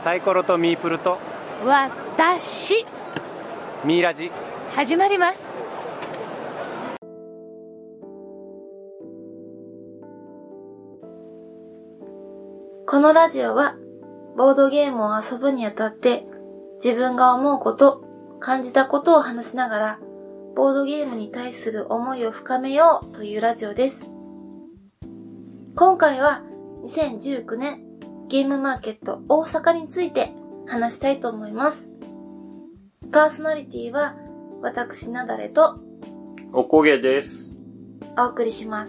サイコロとミープルと私ミイラジ始まります。このラジオはボードゲームを遊ぶにあたって自分が思うこと、感じたことを話しながらボードゲームに対する思いを深めようというラジオです。今回は2019年ゲームマーケット大阪について話したいと思います。パーソナリティは私なだれとおこげです。 お送りします。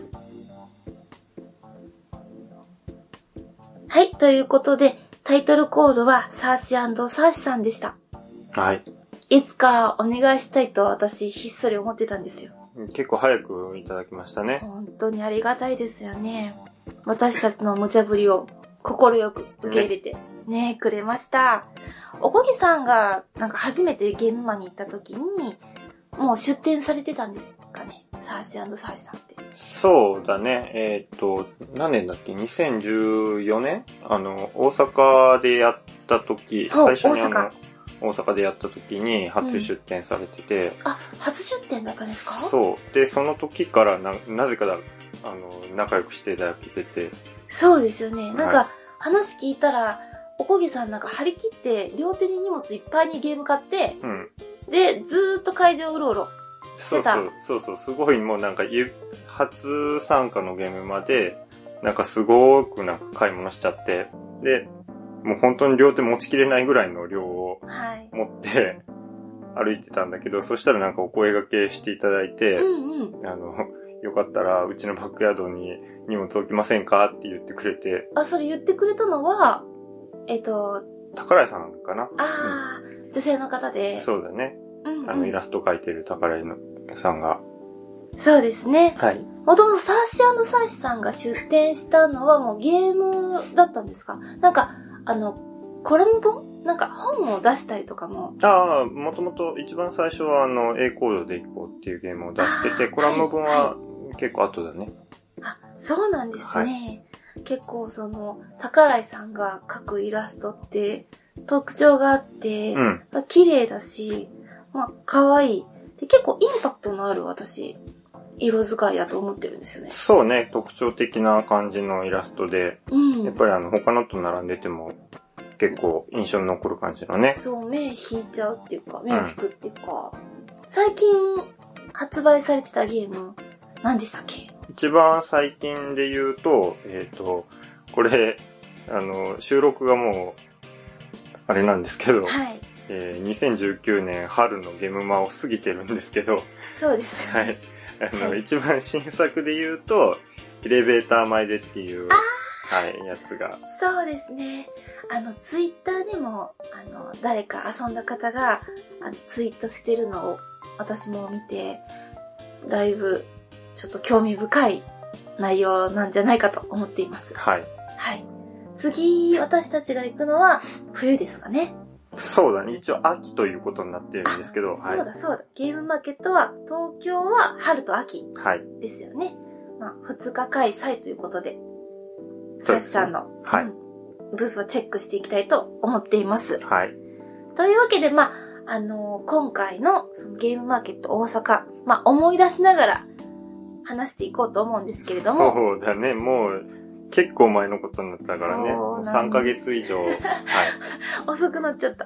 はい、ということでタイトルコールはサーシ&サーシさんでした。 はい。 いつかお願いしたいと私ひっそり思ってたんですよ。 結構早くいただきましたね。 本当にありがたいですよね。私たちの無茶ぶりを心よく受け入れてねくれました。おこぎさんがなんか初めてゲームマに行った時にもう出店されてたんですかね。サーシ&サーシさんって。 そうだね。何年だっけ ?2014 年大阪でやった時、最初に大阪でやった時に初出店されてて、 あ、初出店だったんですか？ そう。で、その時からなぜか仲良くしていただけてて。 そうですよね。なんか、話聞いたら、おこぎさんなんか張り切って両手に荷物いっぱいにゲーム買って、 うん。 で、ずーっと会場うろうろしてた。 そう、すごいもうなんか初参加のゲームまで、なんかすごくなんか買い物しちゃって、で、もう本当に両手持ちきれないぐらいの量を持って歩いてたんだけど、そしたらなんかお声掛けしていただいて、よかったらうちのバックヤードに荷物置きませんかって言ってくれて。 あ、それ言ってくれたのは、 宝井さんかな？ 女性の方で。 そうだね。イラスト描いてる宝井さんが。 そうですね。 はい。 もともとサーシ&サーシさんが出展したのはもうゲームだったんですか？なんか、コラム本？なんか本を出したりとかも。 もともと一番最初はAコードでいこうっていうゲームを出してて、コラム本は結構後だね。 あ、そうなんですね。結構宝井さんが描くイラストって特徴があって、綺麗だし、可愛い。で、結構インパクトのある私、色使いだと思ってるんですよね。 そうね、特徴的な感じのイラストで、やっぱり他のと並んでても結構印象に残る感じのね。 そう、目引いちゃうっていうか、目を引くっていうか、最近発売されてたゲーム、何でしたっけ？ 一番最近で言うと、これ、収録がもう、あれなんですけど、2019年春のゲームマを過ぎてるんですけど、 そうです。 はい。一番新作で言うと、エレベーター前でっていう、やつが。 そうですね。ツイッターでも、誰か遊んだ方が、ツイートしてるのを私も見て、だいぶ、ちょっと興味深い内容なんじゃないかと思っています。はい。次、私たちが行くのは、冬ですかね。 そうだね。一応秋ということになってるんですけど。 そうだ。ゲームマーケットは、東京は春と秋。ですよね。2日開催ということで、サシさんの、ブースをチェックしていきたいと思っています。というわけで、今回のそのゲームマーケット大阪、思い出しながら話していこうと思うんですけれども。 そうだね。もう、結構前のことになったからね。3ヶ月以上。 遅くなっちゃった。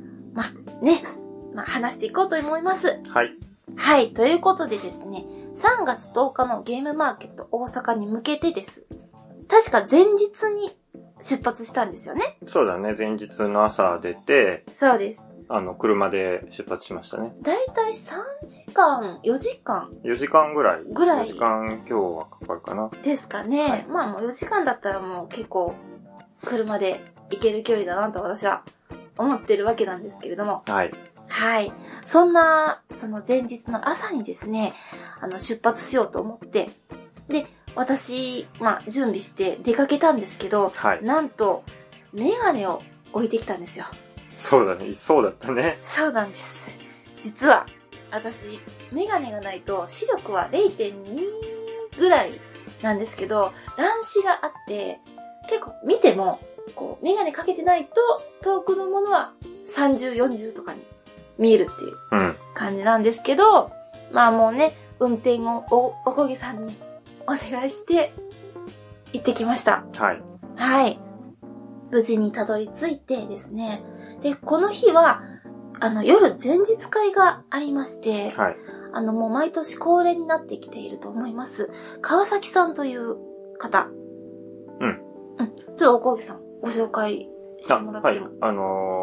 話していこうと思います。ということでですね、3月10日のゲームマーケット大阪に向けてです。確か前日に出発したんですよね。 そうだね。前日の朝出て。 そうです。 車で出発しましたね。 だいたい3時間、4時間 ?4 時間ぐらい。 4 時間今日はかかるかな。 ですかね。もう4時間だったらもう結構車で行ける距離だなと私は思ってるわけなんですけれども。そんな、その前日の朝にですね、出発しようと思って、で、私、準備して出かけたんですけど、なんと、メガネを置いてきたんですよ。 そうだね。そうだったね。 そうなんです。実は、私、メガネがないと視力は 0.2 ぐらいなんですけど、乱視があって、結構見てもこう、メガネかけてないと、遠くのものは30、40とかに見えるっていう感じなんですけど、まあもうね、運転をおこげさんにお願いして行ってきました。 はい。 はい。無事にたどり着いてですね。で、この日は、夜前日会がありまして、 はい。 もう毎年恒例になってきていると思います。川崎さんという方。 うん。 ちょっとおこげさん、ご紹介してもらっても。 はい。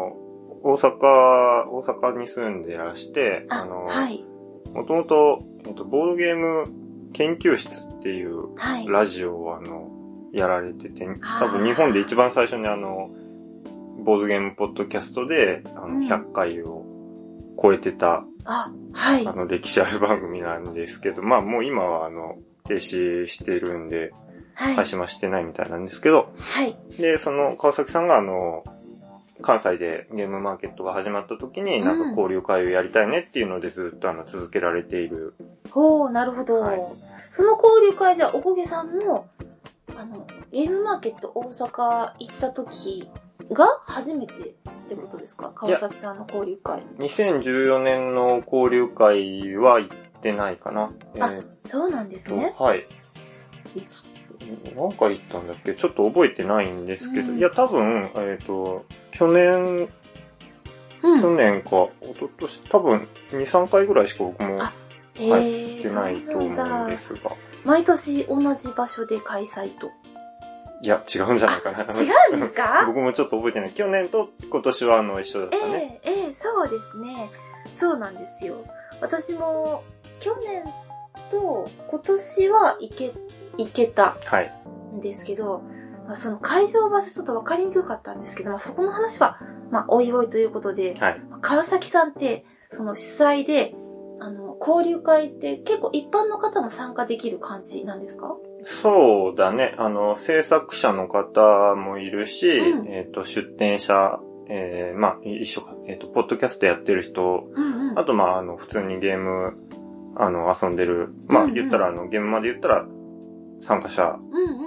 大阪に住んでらして、 はい。 もともと、ボードゲーム研究室っていうラジオをやられてて、多分日本で一番最初にボードゲームポッドキャストで、100回を超えてた、 はい。 歴史ある番組なんですけど、まあもう今は停止してるんで、 はい。 配信はしてないみたいなんですけど、 はい。 で、その川崎さんが関西でゲームマーケットが始まった時に、なんか交流会をやりたいねっていうのでずっと続けられている。 なるほど。 はい、 その交流会じゃおこげさんも、ゲームマーケット大阪行った時が初めてってことですか？川崎さんの交流会。 2014年の交流会は行ってないかな。 そうなんですね。 はい。何回行ったんだっけ？ちょっと覚えてないんですけど、いや多分、去年か、一昨年、多分2、3回ぐらいしか僕も入ってないと思うんですが。 毎年同じ場所で開催と。 いや、違うんじゃないかな。 違うんですか？ 僕もちょっと覚えてない。去年と今年は一緒だったね。 そうですね。そうなんですよ。私も去年と今年は行けたんですけど、まあ、その会場場所ちょっと分かりにくかったんですけど、まあ、そこの話は、まあ、おいおいということで、 はい、 川崎さんって、その主催で、交流会って結構一般の方も参加できる感じなんですか？ そうだね。制作者の方もいるし、出展者、まあ、一緒か。ポッドキャストやってる人、あと、まあ、普通にゲーム、遊んでる、まあ、言ったら、ゲームまで言ったら、参加者、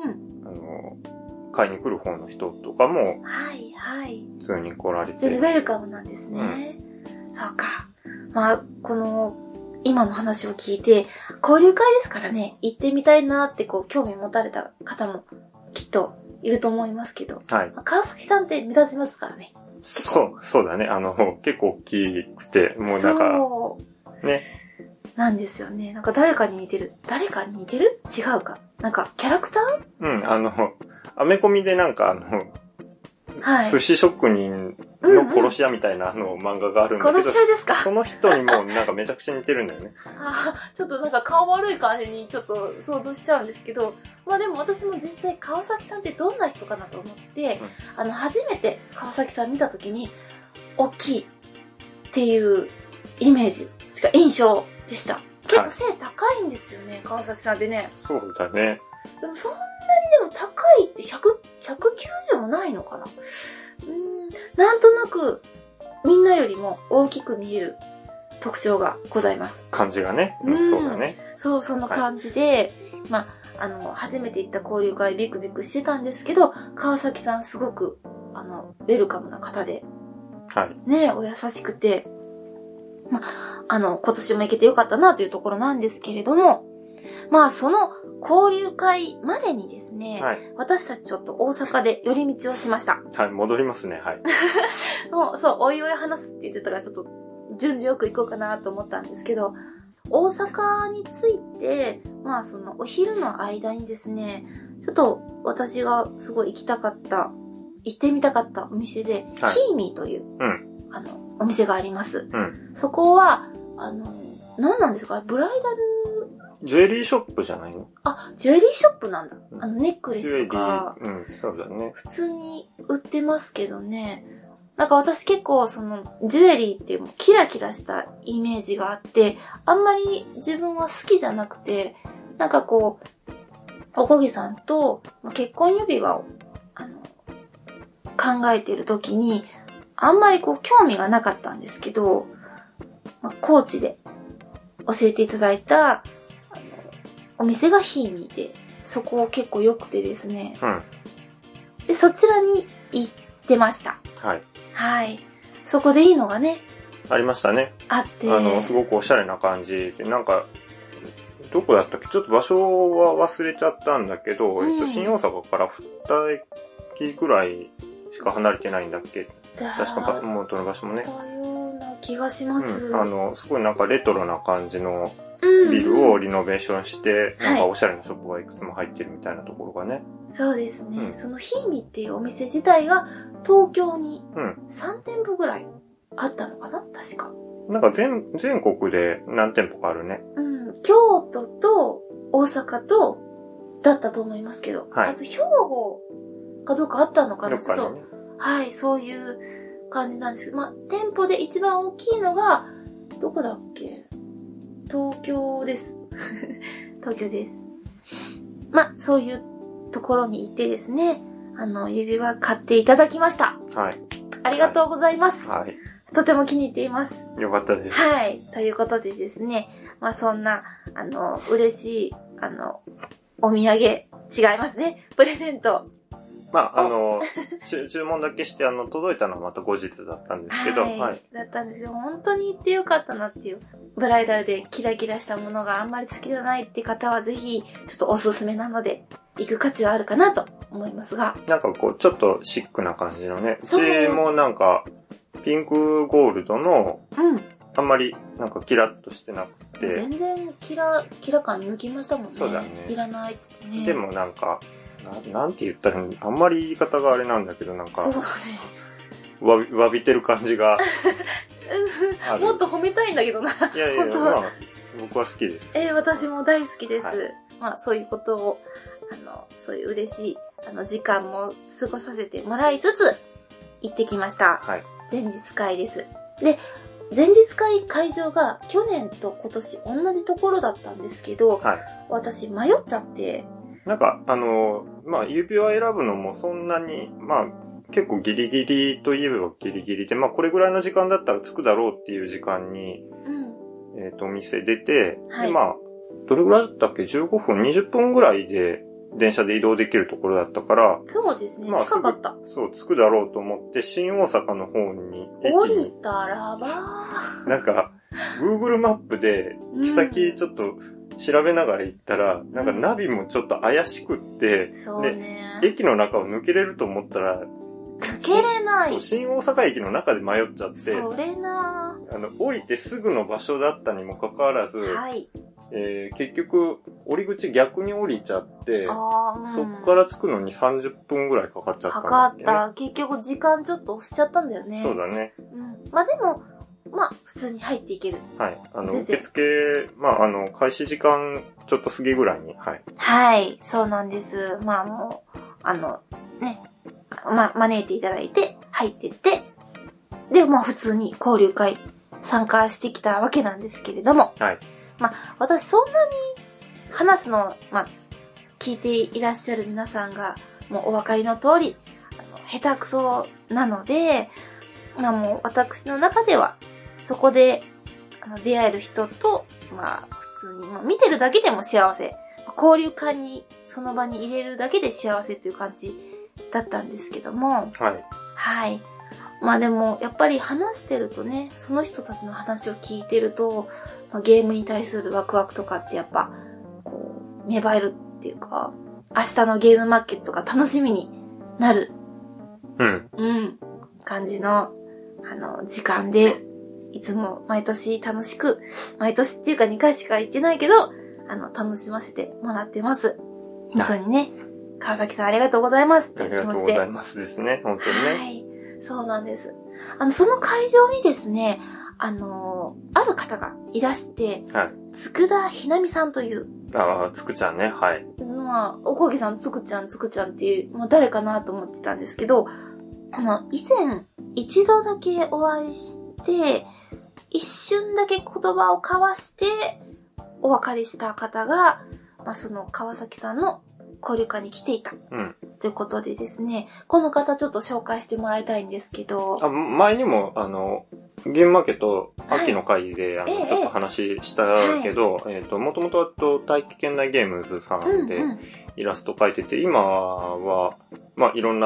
買いに来る方の人とかも、 はいはい。 普通に来られて。 ウェルカムなんですね。そうか。まあ、今の話を聞いて、交流会ですからね、行ってみたいなって興味持たれた方もきっといると思いますけど、 はい。 川崎さんって目立ちますからね。 そうだね。結構大きくて、もうなんか、ね。 なんですよね。なんか誰かに似てる違うか。なんか、キャラクター？ アメコミでなんかはい、寿司職人の殺し屋みたいな漫画があるんだけど、 殺し屋ですか？ その人にもなんかめちゃくちゃ似てるんだよね。 ちょっとなんか顔悪い感じにちょっと想像しちゃうんですけど、まあでも私も実際川崎さんってどんな人かなと思って、初めて川崎さん見たときに、大きいっていうイメージ、印象でした。結構背高いんですよね、はい、川崎さんってね。 そうだね。 でもそんなにでも高いって190もないのかな？なんとなくみんなよりも大きく見える特徴がございます。 感じがね。そうだね。 そう、その感じで、はい、まあ、初めて行った交流会ビクビクしてたんですけど、川崎さんすごく、ウェルカムな方で、 はい。 ね、お優しくて、まあ、今年も行けてよかったなというところなんですけれども、まあ、その交流会までにですね、はい、私たちちょっと大阪で寄り道をしました。 はい、戻りますね、はい。 もう、そう、おいおい話すって言ってたからちょっと順序よく行こうかなと思ったんですけど、大阪について、まあそのお昼の間にですね、ちょっと私がすごい行ってみたかったお店で、はい、ヒーミーという、お店があります。そこは、何なんですか？ブライダルジュエリーショップじゃないの？ ジュエリーショップなんだ。ネックレスとか、 そうだね。 普通に売ってますけどね。なんか私結構ジュエリーっていうキラキラしたイメージがあって、あんまり自分は好きじゃなくて、なんかおこげさんと結婚指輪を、考えてる時に、あんまり興味がなかったんですけど、高知で教えていただいた、お店がヒーミーで、そこ結構良くてですね。で、そちらに行ってました。 はい。 はい。そこでいいのがね。 ありましたね。 あって。 すごくおしゃれな感じで、なんか、どこだったっけちょっと場所は忘れちゃったんだけど、新大阪から2駅ぐらいしか離れてないんだっけ確か元の場所もね。 だような気がします。 すごいなんかレトロな感じのビルをリノベーションして、なんかおしゃれなショップがいくつも入ってるみたいなところがね。 そうですね。そのヒーミっていうお店自体が東京に3店舗ぐらいあったのかな確か。 なんか全国で何店舗かあるね。 京都と大阪とだったと思いますけど、 はい、 あと兵庫かどうかあったのかな、ちょっと、 ね、 はい、そういう感じなんですけど、店舗で一番大きいのが、どこだっけ？東京です。東京です。そういうところに行ってですね、指輪買っていただきました。 はい。 ありがとうございます。 はい。 とても気に入っています。 よかったです。 はい。ということでですね、そんな、嬉しい、お土産、違いますね。プレゼント。 注文だけして、届いたのはまた後日だったんですけど、 はい。だったんですけど、本当に行ってよかったなっていう。ブライダルでキラキラしたものがあんまり好きじゃないって方はぜひ、ちょっとおすすめなので、行く価値はあるかなと思いますが。 なんかこう、ちょっとシックな感じのね。うちもなんか、ピンクゴールドの、あんまりなんかキラッとしてなくて。 全然キラ感抜きましたもんね。 そうだね。 いらないってね。 でもなんか、なんて言ったらあんまり言い方があれなんだけど、なんか、 そうね。 わびてる感じがある。 もっと褒めたいんだけどな。 いや、僕は好きです。 私も大好きです。はい、そういうことを、そういう嬉しい、時間も過ごさせてもらいつつ、行ってきました。 はい。 前日会です。で、前日会場が去年と今年同じところだったんですけど、 はい、 私迷っちゃって。 なんか、指輪選ぶのもそんなに、結構ギリギリといえばギリギリで、これぐらいの時間だったら着くだろうっていう時間に、お店出て、 はい、 で、どれぐらいだったっけ ?15 分、20分ぐらいで、電車で移動できるところだったから、 そうですね、近かった。 そう、着くだろうと思って、新大阪の方に、 降りたらばなんか、Google マップで、行き先ちょっと調べながら行ったら、なんかナビもちょっと怪しくって、 そうね。 で、駅の中を抜けれると思ったら、 抜けれない。 そう、新大阪駅の中で迷っちゃって、 それな降りてすぐの場所だったにもかかわらず、 はい。 結局、降り口逆に降りちゃって、そっから着くのに30分ぐらいかかっちゃったんだっけね。 かかった。結局時間ちょっと押しちゃったんだよね。 そうだね。 でも、普通に入っていける。 はい。受付、開始時間ちょっと過ぎぐらいに、はい。 はい、そうなんです。もう、ね、招いていただいて、入ってって、で、普通に交流会参加してきたわけなんですけれども、 はい。 私そんなに話すの、聞いていらっしゃる皆さんが、もうお分かりの通り、下手くそなので、もう私の中では、そこで、出会える人と、普通に、見てるだけでも幸せ。交流会に、その場に入れるだけで幸せという感じだったんですけども、 はい。 はい。でも、やっぱり話してるとね、その人たちの話を聞いてると、ゲームに対するワクワクとかってやっぱ、芽生えるっていうか、明日のゲームマーケットが楽しみになる。感じの、時間で、いつも毎年楽しく、毎年っていうか2回しか行ってないけど、楽しませてもらってます。本当にね、川崎さんありがとうございますっていう気持ちで。 ありがとうございますですね、本当にね。 はい。そうなんです。その会場にですね、ある方がいらして、 はい。 佃ひなみさんという。 つくちゃんね、はい。 おこげさん、つくちゃんっていう、誰かなと思ってたんですけど、以前、一度だけお会いして、一瞬だけ言葉を交わして、お別れした方が、その川崎さんの交流会に来ていた。ということでですね、この方ちょっと紹介してもらいたいんですけど。 前にも、ゲームマーケット、秋の会で、ちょっと話したけど、もともと大気圏内ゲームズさんでイラスト描いてて、今は、いろんな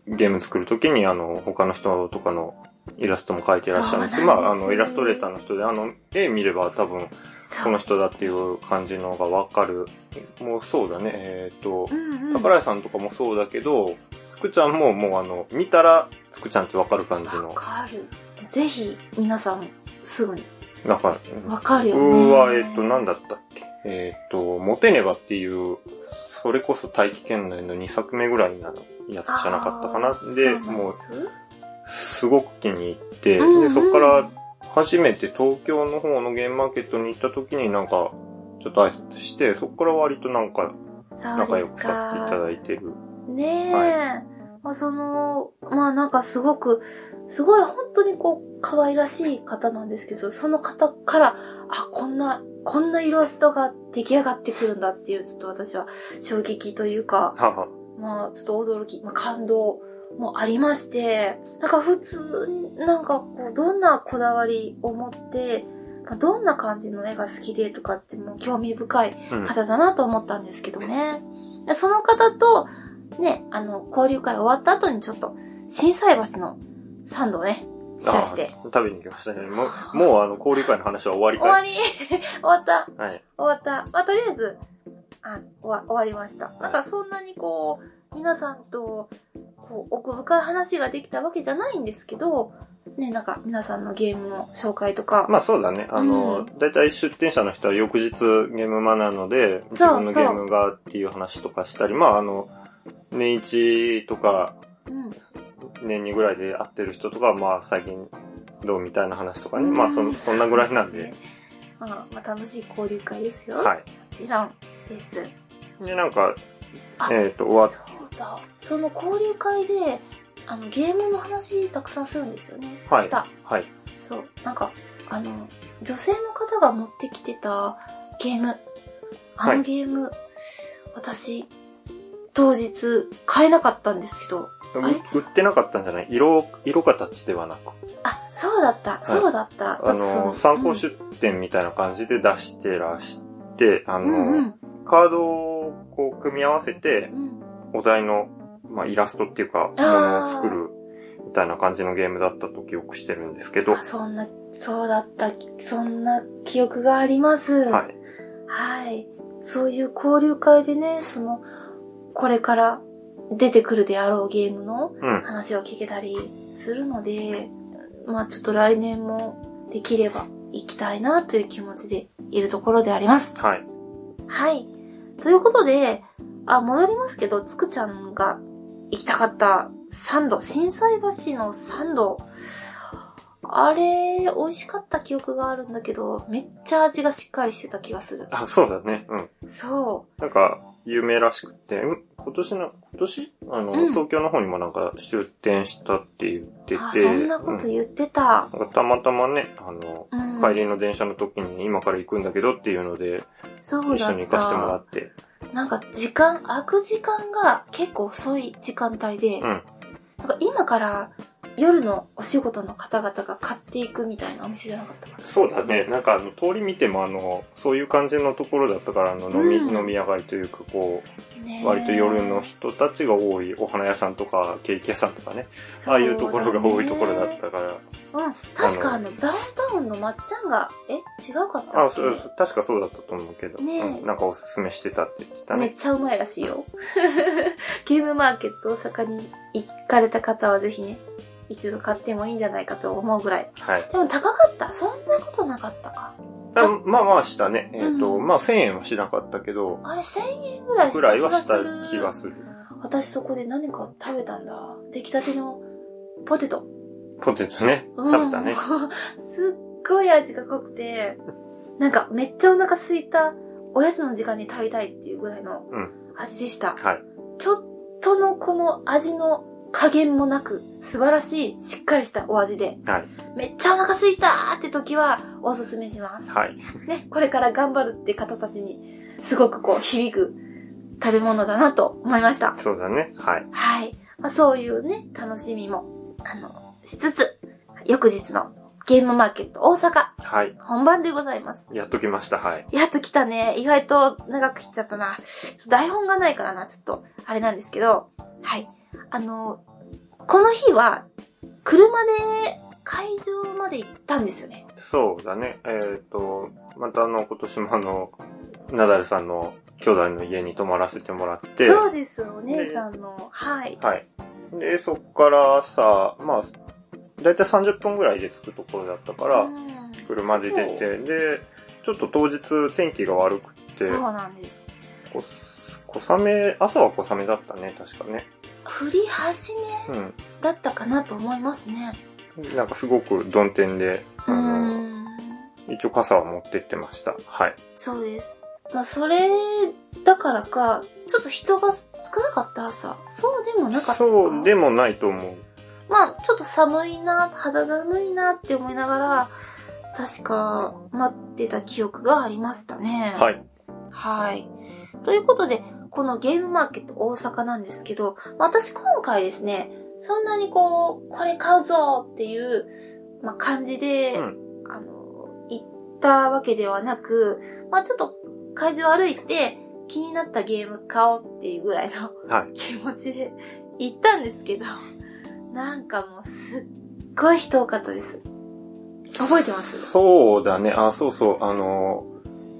ゲーム作るときに他の人とかのイラストも描いてらっしゃるんですけど、まあイラストレーターの人で絵見れば多分この人だっていう感じのがわかる。もうそうだね。宝屋さんとかもそうだけど、つくちゃんももう見たらつくちゃんってわかる感じの。 わかる。ぜひ皆さんすぐに。 なんか、 わかるよね。 僕はなんだったっけ。モテねばっていう、それこそ大気圏内の2作目ぐらいなやつじゃなかったかな。で、もう、すごく気に入って、で、そこから初めて東京の方のゲームマーケットに行った時になんか、ちょっと挨拶して、そこから割となんか、仲良くさせていただいてる。 ねえ。はい、まあまあなんかすごい本当にこう、可愛らしい方なんですけど、その方から、こんなイラストが出来上がってくるんだっていう、ちょっと私は衝撃というか、まあちょっと驚き、感動もありまして、なんか普通になんかこう、どんなこだわりを持って、どんな感じの絵が好きでとかってもう興味深い方だなと思ったんですけどね。その方と、ね、交流会終わった後にちょっと、心斎橋のサンドをね、シェアして。 食べに行きましたね。もう交流会の話は終わりかい？ 終わった。 はい。 終わった。まあ、とりあえず、終わりました。なんかそんなにこう、皆さんと、こう、奥深い話ができたわけじゃないんですけど、ね、なんか皆さんのゲームの紹介とか。 まあそうだね。だいたい出店者の人は翌日ゲームマなので、自分のゲームがっていう話とかしたり、まあ年1とか、年2ぐらいで会ってる人とか、まあ最近どうみたいな話とかね。まあそんなぐらいなんで。 まあ楽しい交流会ですよ。 はい。 もちろんです。 で、なんか、 終わっそうだ。その交流会で、ゲームの話たくさんするんですよね。 はい。はい。 そう。なんか、女性の方が持ってきてたゲーム。ゲーム、私、当日買えなかったんですけど。 売ってなかったんじゃない？色形ではなく。 そうだった。そうだった。 参考出店みたいな感じで出してらして、カードをこう組み合わせて、お題の、まあ、イラストっていうか、ものを作るみたいな感じのゲームだったと記憶してるんですけど。 そうだった。そんな記憶があります。はい。はい。そういう交流会でね、これから出てくるであろうゲームの話を聞けたりするので、まあちょっと来年もできれば行きたいなという気持ちでいるところであります。 はい。 はい。ということで、戻りますけど、つくちゃんが行きたかったサンド、心斎橋のサンド、あれ、美味しかった記憶があるんだけど、めっちゃ味がしっかりしてた気がする。 そうだね。うん。 そう。 なんか、有名らしくて、今年東京の方にもなんか出店したって言ってて。 そんなこと言ってた。 なんかたまたまね、帰りの電車の時に今から行くんだけどっていうので、一緒に行かせてもらって。 なんか開く時間が結構遅い時間帯で、なんか今から夜のお仕事の方々が買っていくみたいなお店じゃなかったかな。 そうだね。なんか通り見てもそういう感じのところだったから飲み屋街というかこう、割と夜の人たちが多いお花屋さんとかケーキ屋さんとかね。ああいうところが多いところだったから。 確かダウンタウンのまっちゃんが、違うかったっけ？ 確かそうだったと思うけど。なんかおすすめしてたって言ってたね。 めっちゃうまいらしいよ。ゲームマーケット大阪に行かれた方はぜひね、一度買ってもいいんじゃないかと思うぐらい。はい。でも高かった。そんなことなかったか。 まあしたね。まあ1000円はしなかったけど。 あれ1000円ぐらいした気がする。 私そこで何か食べたんだ。出来たてのポテト。 ポテトね。食べたね。 すっごい味が濃くて、なんかめっちゃお腹空いたおやつの時間に食べたいっていうぐらいの味でした。はい。ちょっとのこの味の加減もなく、素晴らしい、しっかりしたお味で。はい。めっちゃお腹空いたーって時は、おすすめします。はい。ね、これから頑張るって方たちに、すごくこう、響く食べ物だなと思いました。 そうだね。はい。 はい。まあ、そういうね、楽しみも、しつつ、翌日のゲームマーケット大阪。はい。本番でございます。 やっと来ました。はい。 やっと来たね。意外と長く来ちゃったな。台本がないからな、ちょっと、あれなんですけど、はい。 この日は、車で会場まで行ったんですよね。 そうだね。また今年もナダルさんの兄弟の家に泊まらせてもらって。 そうです、お姉さんの。はい。 はい。で、そっからさ、まあ、だいたい30分ぐらいで着くところだったから、車で出て、で、ちょっと当日天気が悪くて。 そうなんです。 小雨、朝は小雨だったね、確かね。 降り始めだったかなと思いますね。 なんかすごく曇天で、一応傘は持ってってました。はい。 そうです。まあ、それだからか、ちょっと人が少なかった朝。そうでもなかったですか？ そうでもないと思う。 まあ、ちょっと寒いな、肌寒いなって思いながら、確か待ってた記憶がありましたね。 はい。 はい。ということで、このゲームマーケット大阪なんですけど、私今回ですね、そんなにこれ買うぞっていう、まあ、感じで、行ったわけではなく、まあ、ちょっと会場歩いて気になったゲーム買おうっていうぐらいの、気持ちで行ったんですけど、なんかもうすっごい人多かったです。覚えてます？ そうだね。あ、そうそう。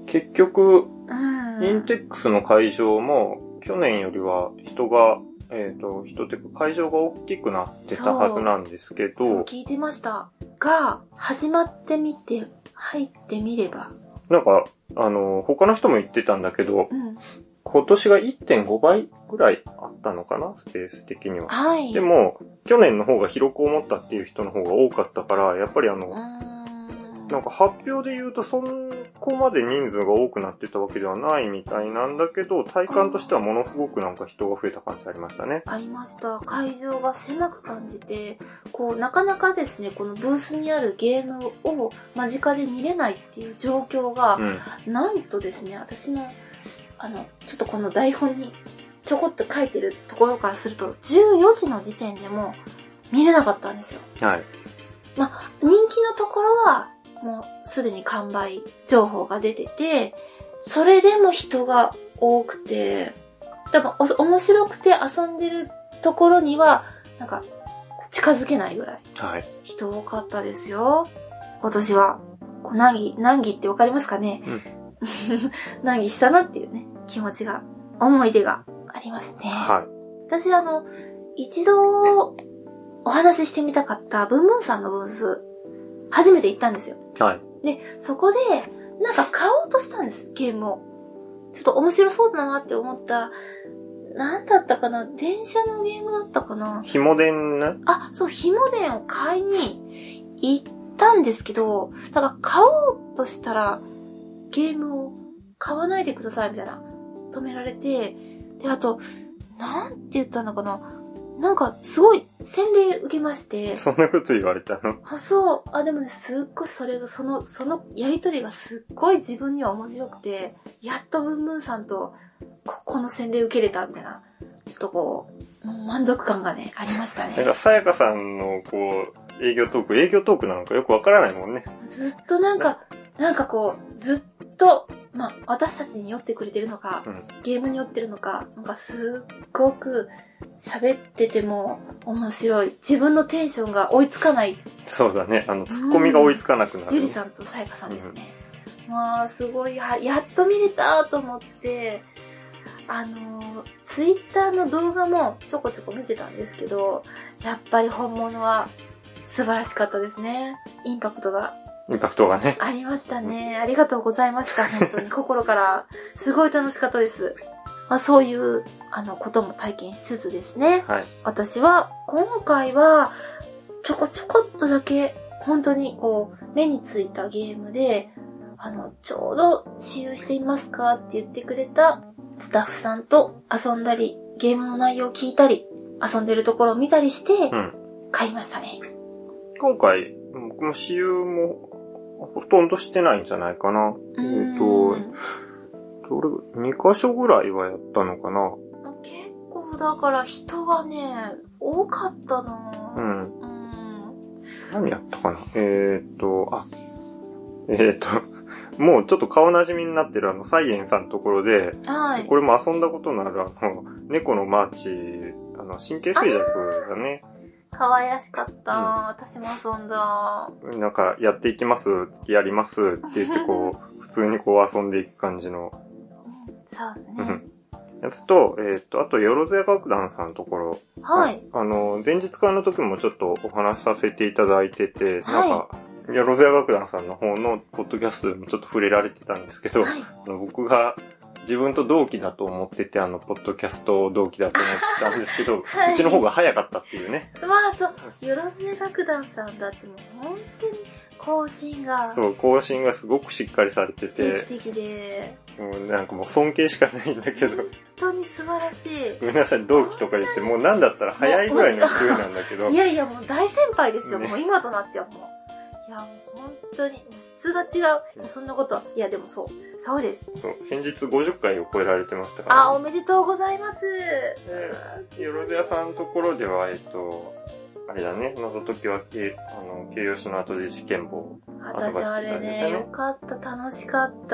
結局、インテックスの会場も去年よりは人っていうか会場が大きくなってたはずなんですけど。 そう聞いてました。が、始まってみて、入ってみれば。 なんか、他の人も言ってたんだけど、今年が 1.5 倍ぐらいあったのかな、スペース的には。 はい。 でも、去年の方が広く思ったっていう人の方が多かったから、やっぱりなんか発表で言うとそこまで人数が多くなってたわけではないみたいなんだけど、体感としてはものすごくなんか人が増えた感じありましたね。 ありました。会場が狭く感じて、なかなかですね、このブースにあるゲームを間近で見れないっていう状況が、なんとですね、私の、ちょっとこの台本にちょこっと書いてるところからすると、14時の時点でも見れなかったんですよ。 はい。 まあ、人気のところは、もうすでに完売情報が出てて、それでも人が多くて、多分面白くて遊んでるところには、なんか近づけないぐらい。 はい。 人多かったですよ。今年は。難儀ってわかりますかね？難儀したなっていうね、気持ちが、思い出がありますね。 はい。 私一度お話ししてみたかったブンブンさんのブース、初めて行ったんですよ。 はい。 で、そこで、なんか買おうとしたんです、ゲームを。ちょっと面白そうだなって思った、なんだったかな、電車のゲームだったかな。 ひも電ね。 あ、そう、ひも電を買いに行ったんですけど、ただ買おうとしたら、ゲームを買わないでくださいみたいな、止められて、で、あと、なんて言ったのかな、なんか、すごい、洗礼受けまして。 そんなこと言われたの？ あ、そう。でもね、すっごいそれが、そのやりとりがすっごい自分には面白くて、やっとブンブンさんと、この洗礼受けれた、みたいな、ちょっと満足感がね、ありましたね。 なんか、さやかさんの、営業トークなのかよくわからないもんね。 ずっとなんかずっと、まあ、私たちに酔ってくれてるのか、ゲームに酔ってるのか、なんかすっごく、喋ってても面白い。自分のテンションが追いつかない。 そうだね。ツッコミが追いつかなくなる。 ゆりさんとさやかさんですね。まあ、すごい、やっと見れたと思って、ツイッターの動画もちょこちょこ見てたんですけど、やっぱり本物は素晴らしかったですね。インパクトがね。ありましたね。ありがとうございました。本当に心から。すごい楽しかったです。まあそういう、ことも体験しつつですね。 はい。 私は、今回は、ちょこっとだけ、本当に目についたゲームで、ちょうど使用していますかって言ってくれたスタッフさんと遊んだり、ゲームの内容を聞いたり、遊んでるところを見たりして、買いましたね。 今回、僕も使用もほとんどしてないんじゃないかな。2箇所ぐらいはやったのかな。 結構だから人がね、多かったな。 何やったかな。もうちょっと顔馴染みになってるサイエンさんのところで、これも遊んだことのある猫のマーチ、神経衰弱だね。 可愛らしかった、私も遊んだ。 なんか、やっていきます、やりますって言ってこう、普通にこう遊んでいく感じの。 そうね。 やつと、あと、よろずや楽団さんのところ。 はい。 前日会の時もちょっとお話しさせていただいてて、なんか、よろずや楽団さんの方のポッドキャストでもちょっと触れられてたんですけど、僕が自分と同期だと思ってて、ポッドキャスト同期だと思ってたんですけど、うちの方が早かったっていうね。 まあそう、よろずや楽団さんだってもう本当に更新が。 そう、更新がすごくしっかりされてて。 定期的で。 なんかもう尊敬しかないんだけど。 本当に素晴らしい。 ごめんなさい、同期とか言って、もうなんだったら早いぐらいの勢いなんだけど。 いやいや、もう大先輩ですよ、ね、もう今となってはもう。いや、もう本当に、質が違う。そんなこと。いや、でもそう。そうです。 そう、先日50回を超えられてましたから、ね。 あ、おめでとうございます。 よろずやさんのところでは、あれだね、謎解きは形容詞の後で試験簿。 私あれね、よかった、楽しかった。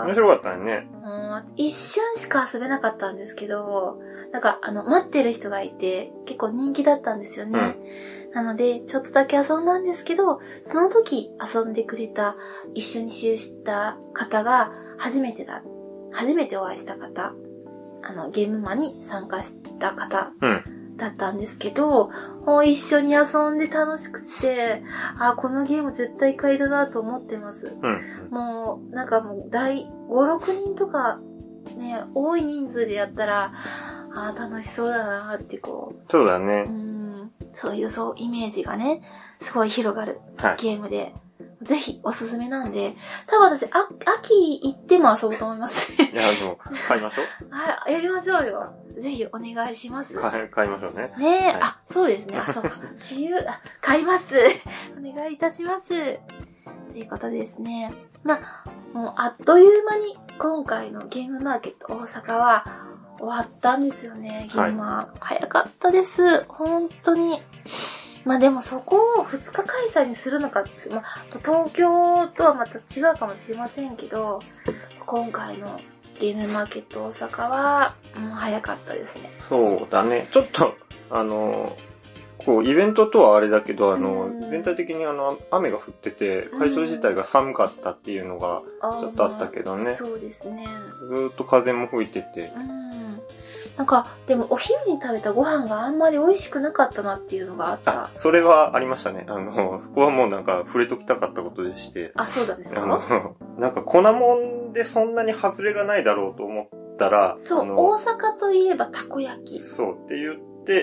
面白かったね。 一瞬しか遊べなかったんですけど、なんか待ってる人がいて、結構人気だったんですよね。なので、ちょっとだけ遊んだんですけど、その時遊んでくれた、一緒に使用した方が、初めてお会いした方、ゲームマに参加した方、だったんですけど、もう一緒に遊んで楽しくて、このゲーム絶対買いだなと思ってます。もう、なんかもう5、6人とか、ね、多い人数でやったら、楽しそうだなってこう。 そうだね。 そういうイメージがね、すごい広がるゲームで、ぜひおすすめなんで、多分私、秋行っても遊ぶと思いますね。 いや、買いましょう。 はい、やりましょうよ。ぜひお願いします。 買いましょうね。 ねえ、そうですね。そうか。買います。お願いいたします。ということですね。もうあっという間に今回のゲームマーケット大阪は終わったんですよね、ゲームは。早かったです。本当に。でもそこを2日開催にするのかって、東京とはまた違うかもしれませんけど、今回のゲームマーケット大阪は、早かったですね。 そうだね。ちょっと、イベントとはあれだけど、全体的に雨が降ってて、会場自体が寒かったっていうのが、ちょっとあったけどね。 そうですね。 ずーっと風も吹いてて。 なんか、でもお昼に食べたご飯があんまり美味しくなかったなっていうのがあった。 それはありましたね。そこはもうなんか触れときたかったことでして。 そうなんですか？ なんか粉もんでそんなに外れがないだろうと思ったら。 そう、大阪といえばたこ焼き。 そうって言って、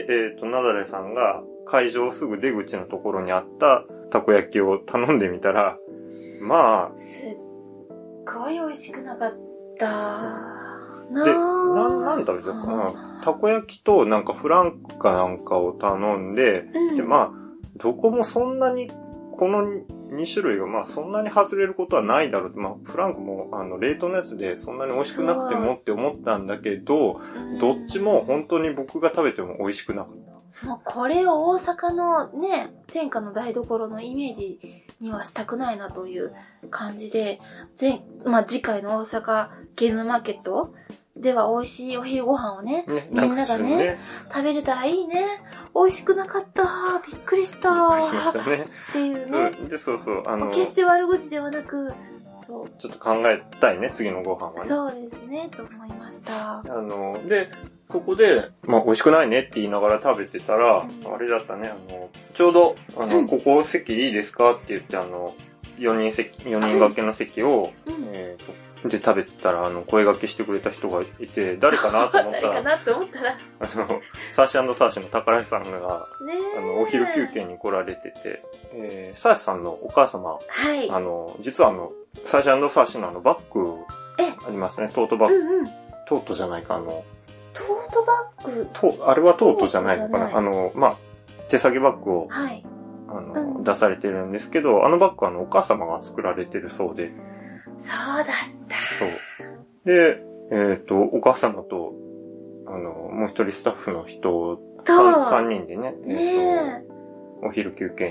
なだれさんが会場すぐ出口のところにあったたこ焼きを頼んでみたら、 すっごい美味しくなかった。 で、なん食べたかな、たこ焼きとなんかフランクかなんかを頼んで、で、どこもそんなに、この2種類がそんなに外れることはないだろう。フランクも冷凍のやつでそんなに美味しくなくてもって思ったんだけど、どっちも本当に僕が食べても美味しくなかった。 もうこれを大阪のね、天下の台所のイメージにはしたくないなという感じで、次回の大阪ゲームマーケットでは美味しいお昼ご飯をね、みんながね、食べれたらいいね。美味しくなかった。びっくりした。 びっくりしましたね。 っていうね。 で、そう。 決して悪口ではなく、そう。 ちょっと考えたいね、次のご飯はね。 そうですね、と思いました。 で、そこで、美味しくないねって言いながら食べてたら、あれだったね、ちょうど、ここ席いいですかって言って、4人掛けの席を、で食べたら、声掛けしてくれた人がいて、誰かなと思ったら、 誰かなと思ったら、 サーシ&サーシの宝井さんが、お昼休憩に来られてて、サーシさんのお母様、実はサーシ&サーシのバッグ、ありますね、トートバッグ。トートじゃないか、 トートバッグあれはトートじゃないのかな、手提げバッグを、出されてるんですけど、バッグはお母様が作られてるそうで。 そうだった。 そう。で、お母様と、もう一人スタッフの人、3人でね、お昼休憩に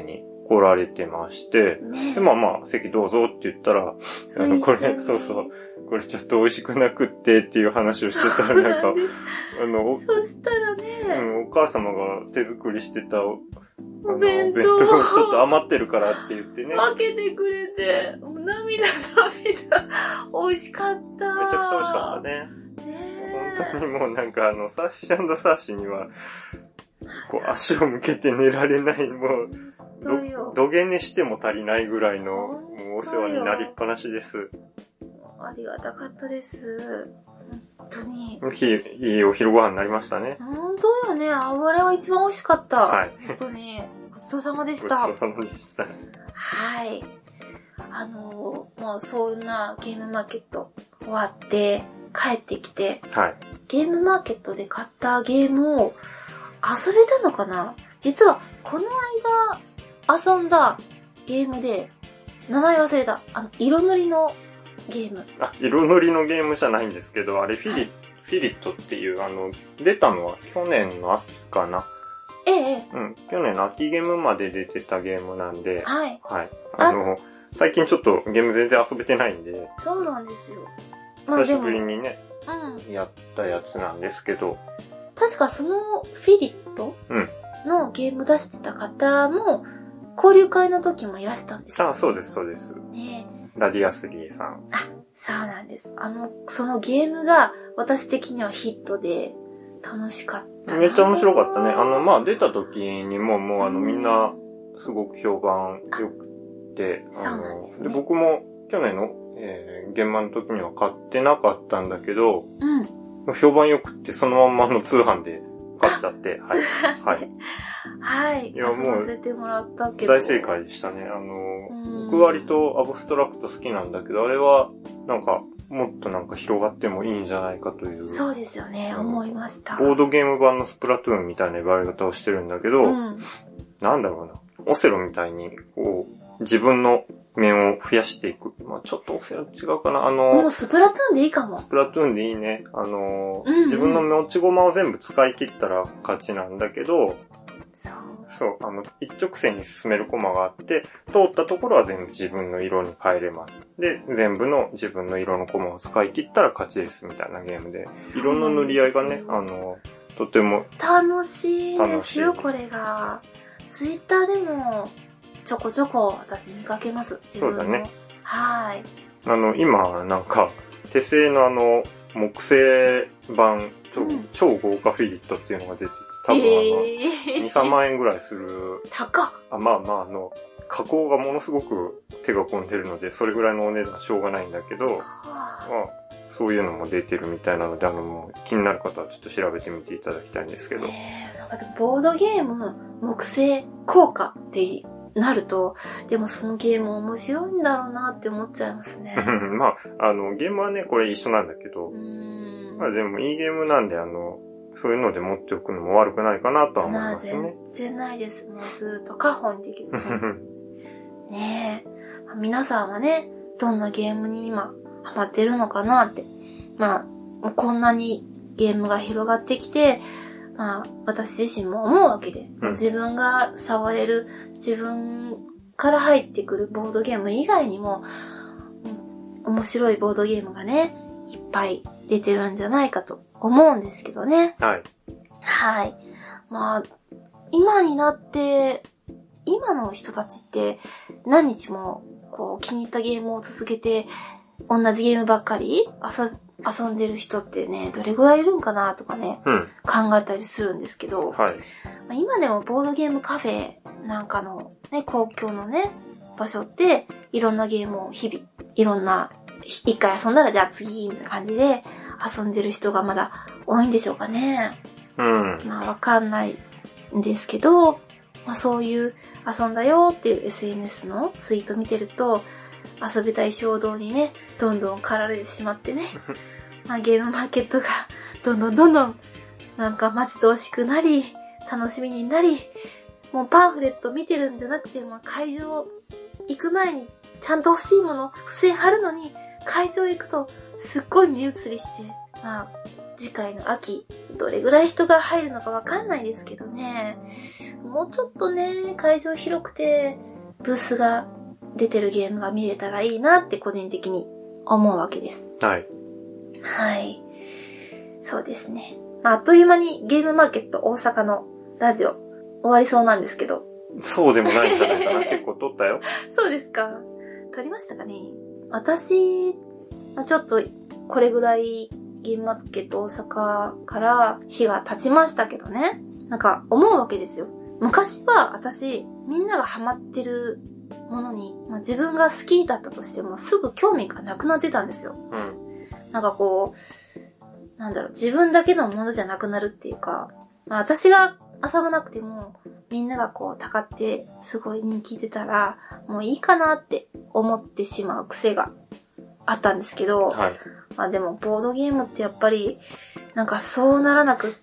来られてまして、で、まあ、席どうぞって言ったら、これ、そうそう、これちょっと美味しくなくってっていう話をしてたら、なんか、 そしたらね、 お母様が手作りしてた、 お弁当ちょっと余ってるからって言ってね。 開けてくれて、涙。美味しかった。 めちゃくちゃ美味しかったね。本当にもうなんかサーシーサーシには、こう足を向けて寝られない、もう、土下寝しても足りないぐらいの、もうお世話になりっぱなしです。 ありがたかったです。本当に。 いいお昼ご飯になりましたね。 本当よね。油が一番美味しかった。 はい。 本当に。ごちそうさまでした。 ごちそうさまでした。 はい。もうそんなゲームマーケット終わって帰ってきて、 はい。 ゲームマーケットで買ったゲームを遊べたのかな？実はこの間遊んだゲームで、名前忘れた。色塗りのゲーム。 色塗りのゲームじゃないんですけど、あれフィリットっていう、出たのは去年の秋かな。去年の秋ゲームまで出てたゲームなんで、 はい。 はい。最近ちょっとゲーム全然遊べてないんで、 そうなんですよ。 久しぶりにね、やったやつなんですけど。 確かそのフィリットのゲーム出してた方も、交流会の時もいらしたんですよ、ね。 そうです、そうです。 ね、 ラディアスリーさん。 そうなんです。そのゲームが私的にはヒットで楽しかったな。 めっちゃ面白かったね。まあ出た時にもみんなすごく評判良くて、 そうなんですね。 で、僕も去年の、現場の時には買ってなかったんだけど、評判良くってそのまんまの通販で買っちゃって、はい。はい。 はい。いや、もう、遊ばせてもらったけど。 大正解でしたね。僕割とアブストラクト好きなんだけど、あれは、なんか、もっとなんか広がってもいいんじゃないかという。 そうですよね、思いました。 ボードゲーム版のスプラトゥーンみたいな呼ばれ方をしてるんだけど、なんだろうな。オセロみたいに、こう、自分の面を増やしていく。まあちょっとオセロ違うかな。 もうスプラトゥーンでいいかも。 スプラトゥーンでいいね。自分の持ち駒を全部使い切ったら勝ちなんだけど、そう、一直線に進める駒があって、通ったところは全部自分の色に変えれます。で、全部の自分の色の駒を使い切ったら勝ちですみたいなゲームで、色の塗り合いがね、とても楽しいですよ、これが。ツイッターでも、ちょこちょこ私見かけます、自分の。 そうだね。 はい。 今、なんか、手製の木製版、超豪華フィリットっていうのが出てて、多分2、3万円ぐらいする。 高っ。 加工がものすごく手が込んでるので、それぐらいのお値段しょうがないんだけど、そういうのも出てるみたいなので、もう気になる方はちょっと調べてみていただきたいんですけど。 なんかボードゲーム、木製効果ってなると、でもそのゲーム面白いんだろうなって思っちゃいますね。 まあ、ゲームはね、これ一緒なんだけど、まあでもいいゲームなんで、そういうので持っておくのも悪くないかなとは思いますね。 全然ないです。もうずっと家宝にできる。ねえ。皆さんはね、どんなゲームに今ハマってるのかなって。まあ、こんなにゲームが広がってきて、まあ、私自身も思うわけで、自分が触れる、自分から入ってくるボードゲーム以外にも、面白いボードゲームがね、いっぱい出てるんじゃないかと思うんですけどね。 はい。 はい。まあ、今になって、今の人たちって何日もこう気に入ったゲームを続けて同じゲームばっかり遊んでる人ってね、どれぐらいいるんかなとかね、考えたりするんですけど、今でもボードゲームカフェなんかのね、公共のね、場所っていろんなゲームを日々、いろんな、一回遊んだらじゃあ次みたいな感じで遊んでる人がまだ多いんでしょうかね。まあわかんないんですけど、まあそういう遊んだよっていう SNS のツイート見てると、遊びたい衝動にね、どんどん駆られてしまってね、まあゲームマーケットがどんどんなんか待ち遠しくなり、楽しみになり、もうパンフレット見てるんじゃなくて、まあ会場行く前にちゃんと欲しいもの、付箋貼るのに、会場行くとすっごい目移りして、まあ次回の秋、どれぐらい人が入るのかわかんないですけどね。もうちょっとね、会場広くて、 ブースが出てるゲームが見れたらいいなって個人的に思うわけです。 はい。 はい。そうですね。まあ、あっという間にゲームマーケット大阪のラジオ終わりそうなんですけど。 そうでもないんじゃないかな。結構撮ったよ。 そうですか。撮りましたかね。私、ちょっとこれぐらいゲームマーケット大阪から日が経ちましたけどね。なんか思うわけですよ。昔は私、みんながハマってるものに、自分が好きだったとしてもすぐ興味がなくなってたんですよ。 うん。 なんかこう、自分だけのものじゃなくなるっていうか、私が遊ばなくても、みんながこう、たかってすごい人気出たら、もういいかなって思ってしまう癖があったんですけど、 はい。 でも、ボードゲームってやっぱり、なんかそうならなくって、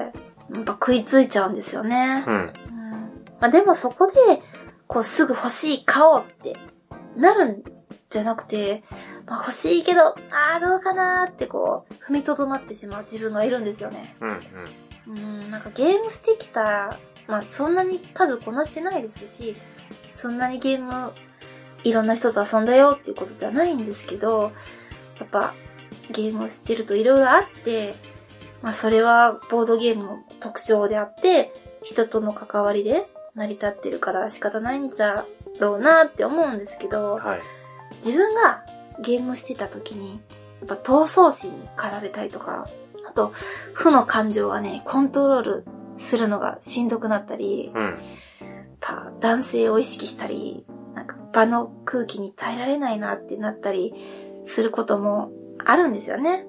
やっぱ食いついちゃうんですよね。 うん。 でもそこで、こうすぐ欲しい買おうってなるんじゃなくて、欲しいけど、どうかなーってこう、踏みとどまってしまう自分がいるんですよね。なんかゲームしてきた、そんなに数こなしてないですし、そんなにゲーム、いろんな人と遊んだよっていうことじゃないんですけど、やっぱ、ゲームをしてるといろいろあって、それはボードゲームの特徴であって、人との関わりで成り立ってるから仕方ないんだろうなって思うんですけど、 はい、 自分がゲームしてた時に、やっぱ闘争心に駆られたりとか、あと、負の感情がね、コントロールするのがしんどくなったり、男性を意識したり、なんか場の空気に耐えられないなってなったりすることもあるんですよね。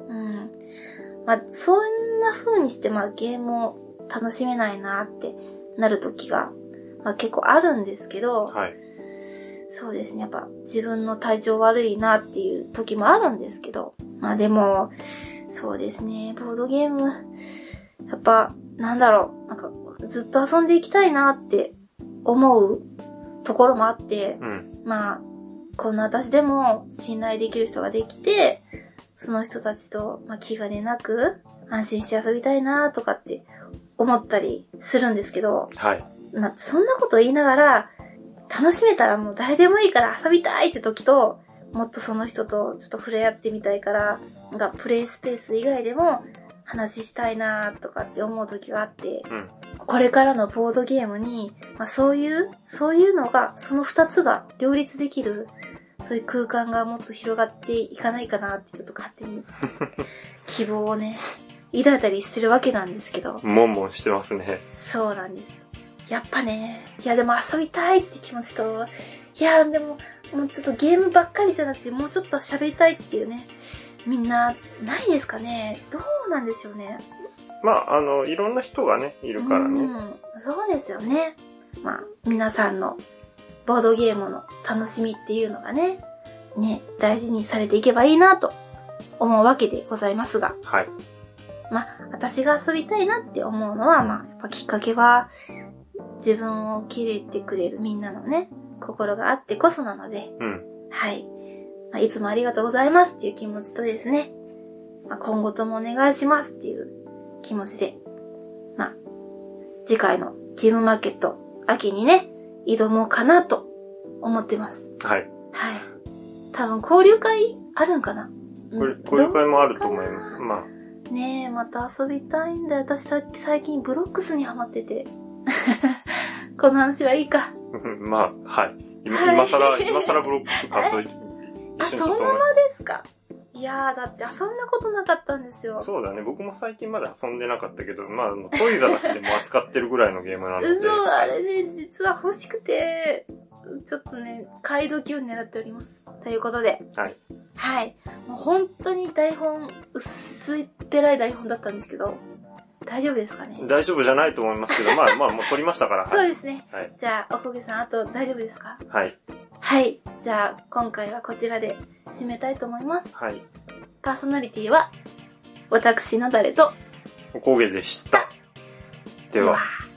そんな風にしてゲームを楽しめないなってなる時が、結構あるんですけど、 はい、 そうですね。やっぱ自分の体調悪いなっていう時もあるんですけど、でも、そうですね。ボードゲーム、やっぱ、なんかずっと遊んでいきたいなって思うところもあって、こんな私でも信頼できる人ができて、その人たちと、気兼ねなく安心して遊びたいなとかって思ったりするんですけど、 はい。 そんなこと言いながら、楽しめたらもう誰でもいいから遊びたいって時と、もっとその人とちょっと触れ合ってみたいから、プレイスペース以外でも話したいなとかって思う時があって、これからのボードゲームに、そういうのが、その二つが両立できる、そういう空間がもっと広がっていかないかなってちょっと勝手に希望をね、抱いたりしてるわけなんですけど。 もんもんしてますね。 そうなんです。やっぱね、でも遊びたいって気持ちと、でも、もうちょっとゲームばっかりじゃなくて、もうちょっと喋りたいっていうね、みんな、ないですかね？どうなんでしょうね。 いろんな人がね、いるからね。 そうですよね。皆さんのボードゲームの楽しみっていうのがね、大事にされていけばいいなと思うわけでございますが。 はい。 私が遊びたいなって思うのは、やっぱきっかけは、自分を受け入れてくれるみんなのね、心があってこそなので、はい。いつもありがとうございますっていう気持ちとですね、今後ともお願いしますっていう気持ちで、次回のゲームマーケット、秋にね、挑もうかなと思ってます。 はい。 はい。多分交流会あるんかな？ 交流会もあると思います。 ねえ、また遊びたいんだよ。私最近ブロックスにハマってて。この話はいいか。 はい。今更ブロックス買っといて。 そのままですか？だって遊んだことなかったんですよ。 そうだね。僕も最近まだ遊んでなかったけど、トイザらスでも扱ってるぐらいのゲームなので。 あれね、実は欲しくて、ちょっとね、買い時を狙っております。ということで。 はい。 はい。もう本当に台本、薄いっぺらい台本だったんですけど、大丈夫ですかね？ 大丈夫じゃないと思いますけど、もう撮りましたから。 そうですね。 はい。 じゃあ、おこげさん、あと大丈夫ですか？ はい。 はい。じゃあ、今回はこちらで締めたいと思います。 はい。 パーソナリティは、私の誰と、 おこげでした。では。